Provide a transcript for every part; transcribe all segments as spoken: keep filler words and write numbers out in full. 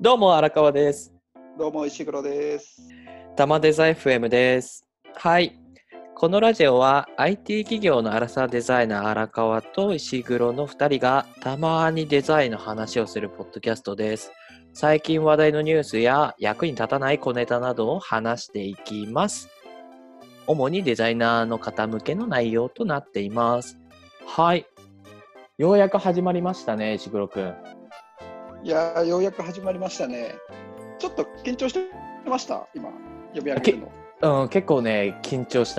どうも荒川です。 どうも石黒です。 たまデザ エフエム です。はい。このラジオは アイティー 企業のアラサーデザイナー荒川と石黒のふたりがたまにデザインの話をするポッドキャストです。最近話題のニュースや役に立たない小ネタなどを話していきます。主にデザイナーの方向けの内容となっています。はい。ようやく始まりましたね、石黒くん。 いやー、ようやく始まりましたね。ちょっと緊張してました、今、呼び上げるの。うん、結構ね、緊張した。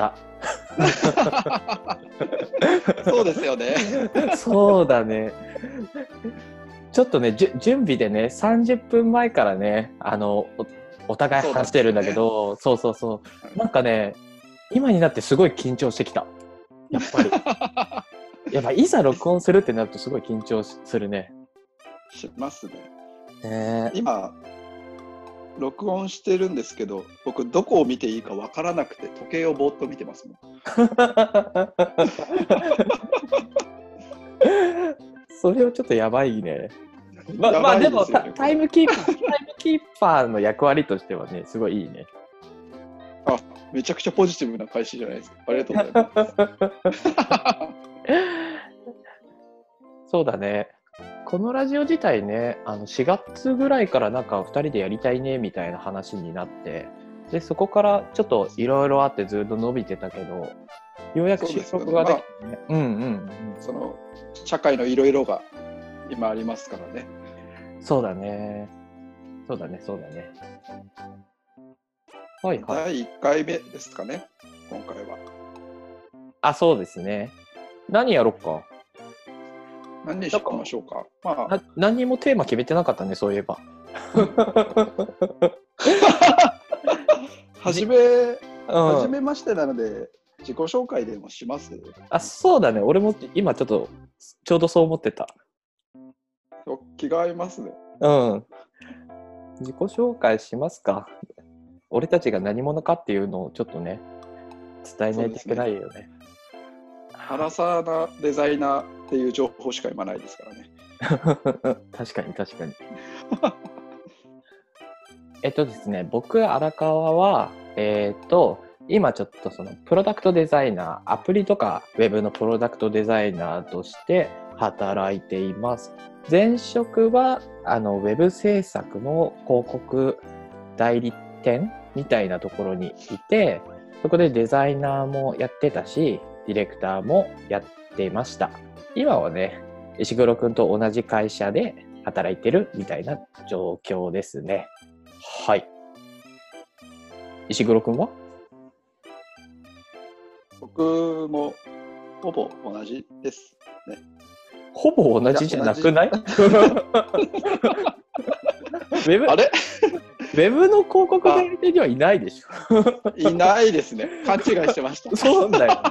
そうですよね。 そうだね。ちょっとね、じゅ準備でね、さんじゅっぷんまえからね、あの、お、お互い話してるんだけど、そうそうそう。なんかね、今になってすごい緊張してきた。やっぱり。やっぱいざ録音するってなるとすごい緊張するね。 しますね。 ね今、録音してるんですけど、僕どこを見ていいかわからなくて時計をぼーっと見てますもん。 それはちょっとやばいね。まあ、まあでもタイムキーパー、タイムキーパーの役割としてはね、すごいいいね。 あ、めちゃくちゃポジティブな開始じゃないですか。ありがとうございます。 そうだね。このラジオ自体ね、あのしがつぐらいからなんかふたりでやりたいねみたいな話になって、でそこからちょっといろいろあってずっと伸びてたけど、ようやく収録ができてね。まあ、うんうんうん。 その社会のいろいろが今ありますからね。 そうだね。そうだね、そうだね。はいはい。 だいいっかいめですかね、今回は。 あ、そうですね。何やろっか。 何にしましょうか。まあ、 何にもテーマ決めてなかったね、そういえば。 はじめ、うん、はじめましてなので自己紹介でもします？ あ、そうだね。俺も今ちょっとちょうどそう思ってた。 気が合いますね。 うん。自己紹介しますか。俺たちが何者かっていうのをちょっとね、伝えないといけないよね。 アラサーなデザイナーっていう情報しか今ないですからね。 確かに確かに。えっとですね、僕荒川はえー、っと今ちょっとそのプロダクトデザイナー、アプリとかウェブのプロダクトデザイナーとして働いています。前職はあのウェブ制作の広告代理店みたいなところにいて、そこでデザイナーもやってたし、ディレクターもやってました。今はね、石黒くんと同じ会社で働いてるみたいな状況ですね。はい。石黒くんは？ 僕もほぼ同じですね。 ほぼ同じじゃなくない？ウェブ、 あれウェブの広告代理店にはいないでしょ。 いないですね。勘違いしてました。 そうだよ、ね。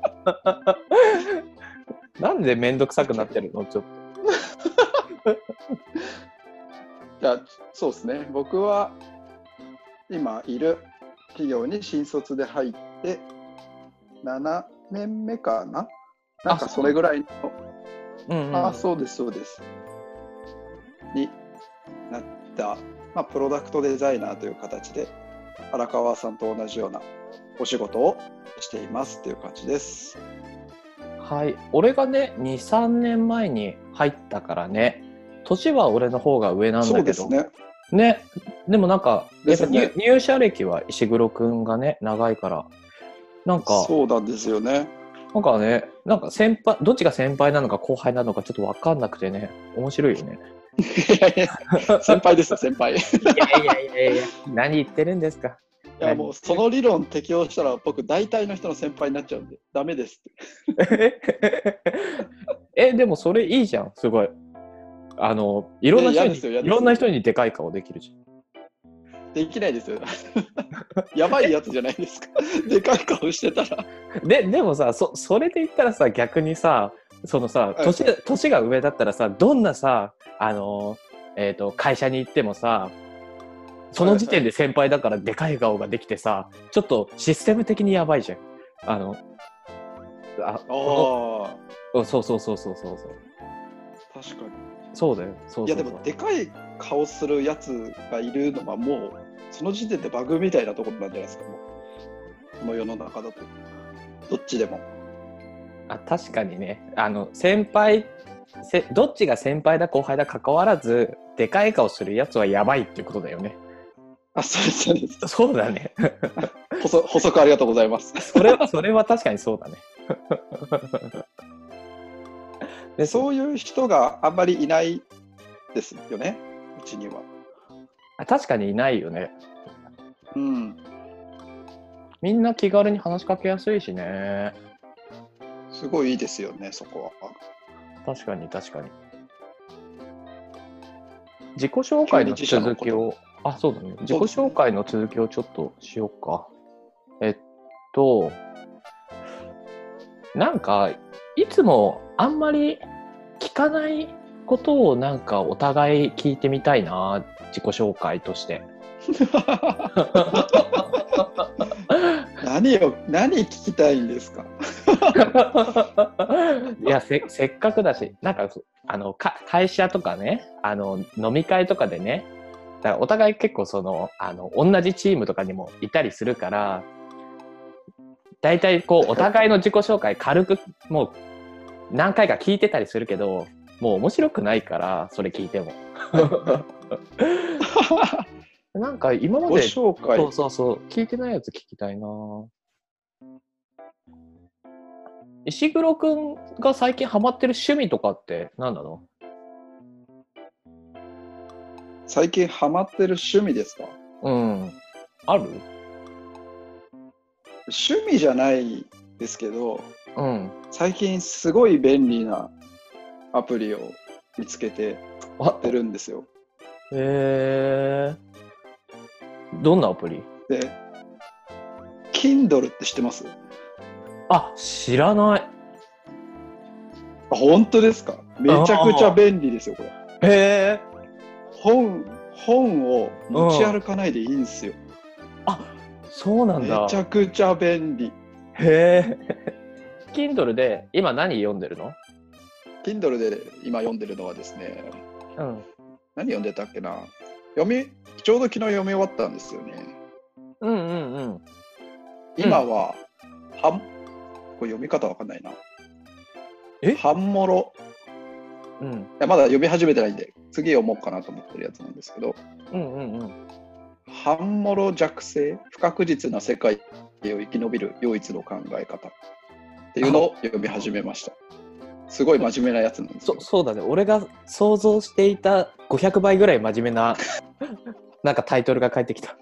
なんでめんどくさくなってるのちょっと。 じゃあそうですね。僕は今いる企業に新卒で入ってななねんめかな。なんかそれぐらいの。 うんうん、 あ、そうですそうです。になった、まあ、プロダクトデザイナーという形で荒川さんと同じようなお仕事をしていますっていう感じです。 はい、俺がねにさんねんまえに入ったからね、年は俺の方が上なんだけど、 そうですね。 ね、でもなんかやっぱ、ね、入社歴は石黒くんがね長いから、なんかそうなんですよね。 なんかね、なんか先輩、どっちが先輩なのか後輩なのかちょっと分かんなくてね、面白いよね。 いやいや、先輩ですよ、先輩。いやいやいやいや、何言ってるんですか。 いや、もうその理論適用したら僕大体の人の先輩になっちゃうんでダメですって。 え、でもそれいいじゃん、すごい。あの、いろんな人に、いろんな人にでかい顔できるじゃん。 できないですよ。やばいやつじゃないですか。でかい顔してたら。 で、でもさ、そ、それで言ったらさ、逆にさ、そのさ、年、年が上だったらさ、どんなさ、あの、えっと、会社に行ってもさ、その時点で先輩だからでかい顔ができてさ、ちょっとシステム的にやばいじゃん。あの、あ、この、そうそうそうそうそうそう。 確かに。 そうだよ。そうそうそう。 いやでもでかい顔するやつがいるのはもうその時点でバグみたいなところなんじゃないですか。もうこの世の中だとどっちでも。 あ、確かにね、あの先輩せどっちが先輩だ後輩だ関わらずでかい顔するやつはやばいっていうことだよね。 あ、そうですそうです。 そうだね。 補足補足ありがとうございます。 それはそれは確かにそうだね。 でそういう人があんまりいないですよね、うちには。 確かにいないよね。 うん。 みんな気軽に話しかけやすいしね。 すごいいいですよね、そこは。 確かに確かに。自己紹介の続きを、あ、そうだね。自己紹介の続きをちょっとしようか。えっと、なんか、いつもあんまり聞かないことをなんかお互い聞いてみたいな、自己紹介として。 何を何聞きたいんですか。 いや せ, せっかくだし、なんかあのか会社とかね、あの飲み会とかでね、だからお互い結構そのあの同じチームとかにもいたりするから、だいたいこうお互いの自己紹介軽くもう何回か聞いてたりするけど、もう面白くないからそれ聞いても。なんか今まで紹介そうそうそう聞いてないやつ聞きたいな。石黒くんが最近ハマってる趣味とかって何なの？ 最近ハマってる趣味ですか？ うん。ある？ 趣味じゃないですけど、 うん。 最近すごい便利なアプリを見つけてやってるんですよ。 へえ。どんなアプリ？ で、Kindle って知ってます？ あ、知らない。 あ、本当ですか？めちゃくちゃ便利ですよ、これ。 へえ。 本、本を持ち歩かないでいいんですよ。 あ、そうなんだ。 めちゃくちゃ便利。 へえ。Kindle で今何読んでるの？ Kindle で今読んでるのはですね、 うん。 何読んでたっけな。読み、ちょうど昨日読み終わったんですよね。 うんうんうん。 今は、うん、はん、これ読み方わかんないな。 え？ はんもろ。 うん。いや、まだ読み始めてないんで、次読もうかなと思ってるやつなんですけど、 うんうんうん。 はんもろ弱性、不確実な世界を生き延びる唯一の考え方っていうのを読み始めました。すごい真面目なやつなんですよ。 そ, そうだね。俺が想像していたごひゃくばいぐらい真面目ななんかタイトルが返ってきた。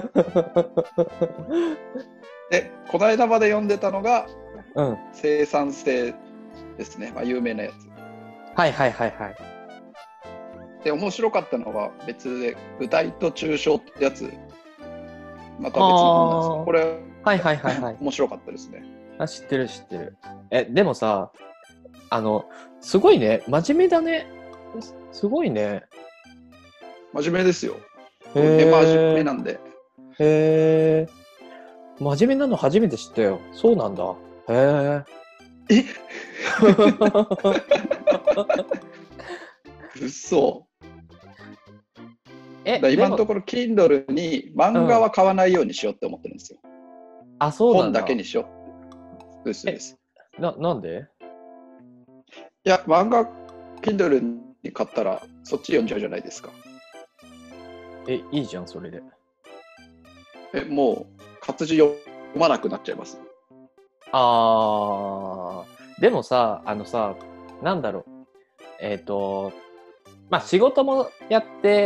で、この間まで読んでたのが、 うん、 生産性ですね。まあ、有名なやつ。 はいはいはいはい。 で、面白かったのは別で、具体と抽象ってやつ、また別の本なんですけど、これ、 はいはいはいはい。 面白かったですね。 あ、知ってる知ってる。え、でもさ、あの、すごいね。真面目だね。すごいね。 真面目ですよ。 へー、真面目なんで。 へえ。真面目なの初めて知ったよ。そうなんだ。へえ。 え嘘。 え、 今のところ Kindle に漫画は買わないようにしようって思ってるんですよ。うん、 あ、そうなんだ。 本だけにしよう。ですです。 な、なんで？ いや、漫画 Kindle に買ったらそっち読んじゃうじゃないですか。 え、いいじゃん、それで。 え、もう活字読まなくなっちゃいます。 あー、でもさ、あのさ、なんだろう。えっと、まあ仕事もやって、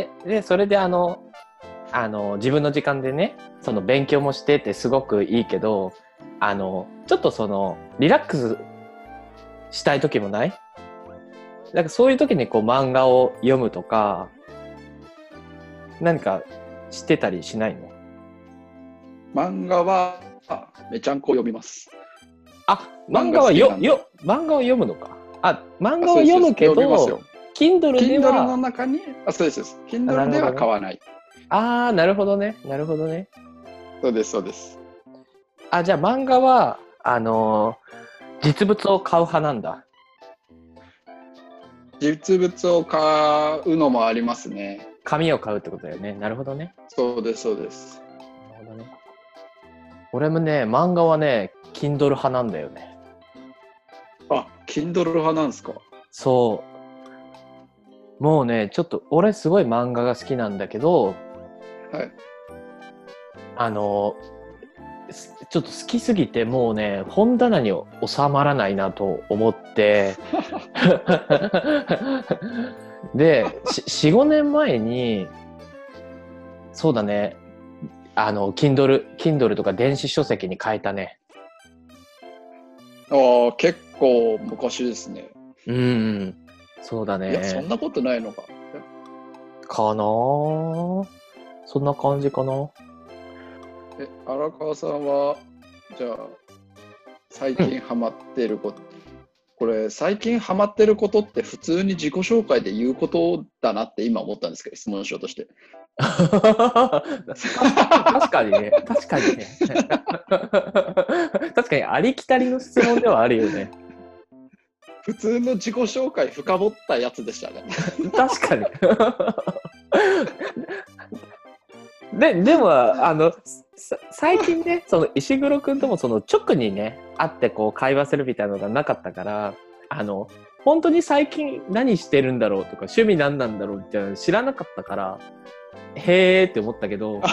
で、それであの、あの、自分の時間でね、その勉強もしてってすごくいいけど、あの、ちょっとその、リラックスしたい時もない？なんかそういう時にこう漫画を読むとか、何かしてたりしないの？ 漫画はめちゃんこ読みます。 あ、漫画はよよ漫画を読むのか。あ、漫画は読むけど、Kindle では Kindle の中に、あ、そうです。Kindle では買わない。 ああ、なるほどね。なるほどね。 そうですそうです。 あ、じゃあ漫画はあのー、実物を買う派なんだ。 実物を買うのもありますね。 紙を買うってことだよね。なるほどね。 そうです、そうです。 なるほどね。俺もね、漫画はね、Kindle 派なんだよね。 あ、Kindle 派なんですか？ そう。もうね、ちょっと俺すごい漫画が好きなんだけど、 はい。 あの、ちょっと好きすぎてもうね、本棚に収まらないなと思ってで、よん、ごねんまえに、そうだね、あの Kindle、Kindle とか電子書籍に変えたね。 ああ、結構昔ですね。 うん、そうだね。 いや、そんなことないのか。 かなぁ。そんな感じかな。 え、荒川さんは、じゃあ、最近ハマってること、うん、これ、最近ハマってることって普通に自己紹介で言うことだなって今思ったんですけど、質問しようとして。 確かにね、確かにね。確かにありきたりの質問ではあるよね。 普通の自己紹介深掘ったやつでしたね。 確かに。で、でも、あの、最近ね、その石黒くんともその直にね、会ってこう会話するみたいなのがなかったから、あの、本当に最近何してるんだろうとか、趣味何なんだろうって知らなかったから、へーって思ったけど。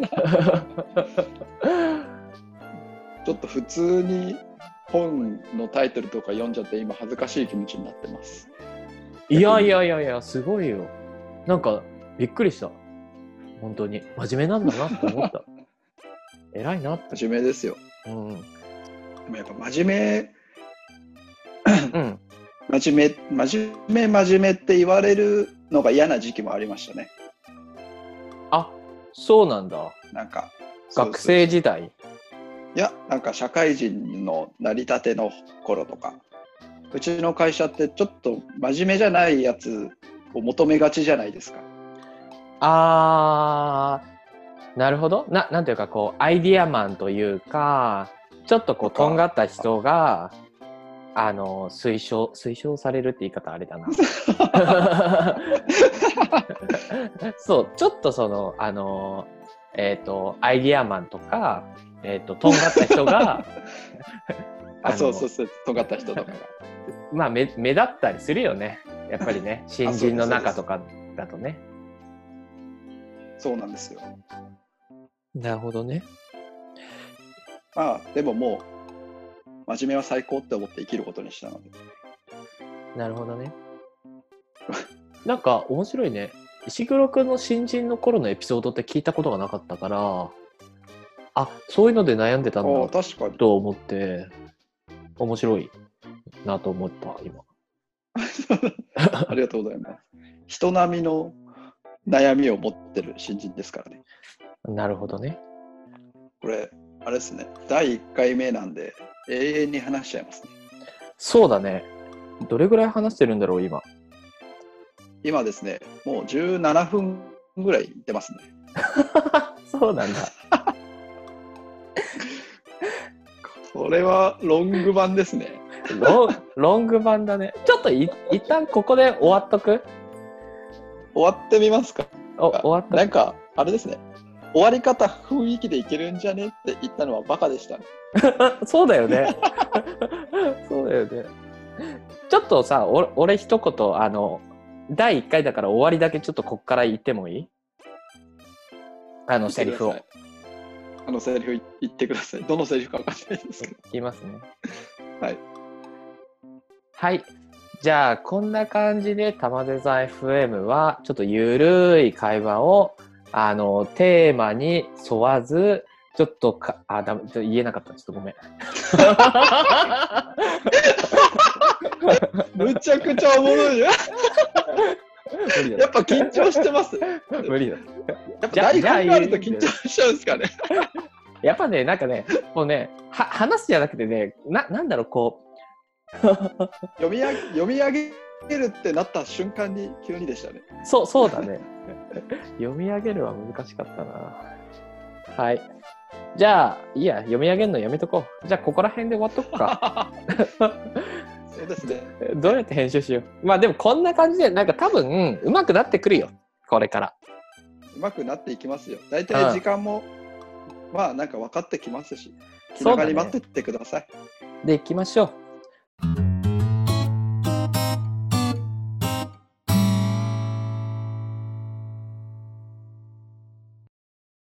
ちょっと普通に本のタイトルとか読んじゃって今恥ずかしい気持ちになってます。 いやいやいやいや、すごいよ。なんかびっくりした。本当に真面目なんだなって思った。偉いなって。 真面目ですよ。 うん。 でもやっぱ真面目、うん、 真面目、真面目、真面目って言われるのが嫌な時期もありましたね。 あ、そうなんだ。 なんか学生時代。 いや、なんか社会人の成り立ての頃とか、うちの会社ってちょっと真面目じゃないやつを求めがちじゃないですか。 あー、なるほど。な、なんていうかこうアイディアマンというか、ちょっとこうとんがった人があの推奨推奨されるって言い方あれだな。そう、ちょっとそのあのえっとアイディアマンとか。えーと、とんがった人がああそうそうそう、とんがった人とかがまあ目、目立ったりするよね、やっぱりね。新人の中とかだとね。 そうなんですよ。 なるほどね。 まあでももう真面目は最高って思って生きることにしたので。 なるほどね。なんか面白いね。石黒くんの新人の頃のエピソードって聞いたことがなかったから、あ、そういうので悩んでたんだと思って面白いなと思った今。 ありがとうございます。人並みの悩みを持ってる新人ですからね。 なるほどね。 これあれですね、だいいっかいめなんで永遠に話しちゃいますね。 そうだね。どれぐらい話してるんだろう今。 今ですね、もうじゅうななふんぐらいいってますね。 そうなんだ。 これはロング版ですね。 ロ, ロング版だね。ちょっとい一旦ここで終わっとく？ 終わってみますか？ お終わった。 なんかあれですね。終わり方雰囲気でいけるんじゃねって言ったのはバカでしたね。 そうだよね。そうだよね。ちょっとさ、お俺一言あのだいいっかいだから終わりだけちょっとこっから言ってもいい？あのセリフを。 あのセリフ言ってください。どのセリフかわかんないですけど。 言いますね。 はい。 はい。じゃあこんな感じで玉デザ エフエム はちょっとゆるい会話をあのテーマに沿わずちょっとかあだめ言えなかった。ちょっとごめん。 むちゃくちゃおもろいよ。やっぱ緊張してます。 無理だ。 やっぱ台本があると緊張しちゃうんですかね。 やっぱね、なんかね、もうね、は話すじゃなくてね、な、なんだろう、こう。読み上げ、読み上げるってなった瞬間に急にでしたね。 そう、そうだね。読み上げるは難しかったな。はい。じゃあ、いいや、読み上げるのやめとこう。じゃあ、ここら辺で終わっとくか。 そうですね。 どうやって編集しよう。まあでもこんな感じで、なんか多分、上手くなってくるよ。 これから。 うまくなっていきますよ。大体時間も、まあなんか分かってきますし、気長に待ってってください。 で、行きましょう。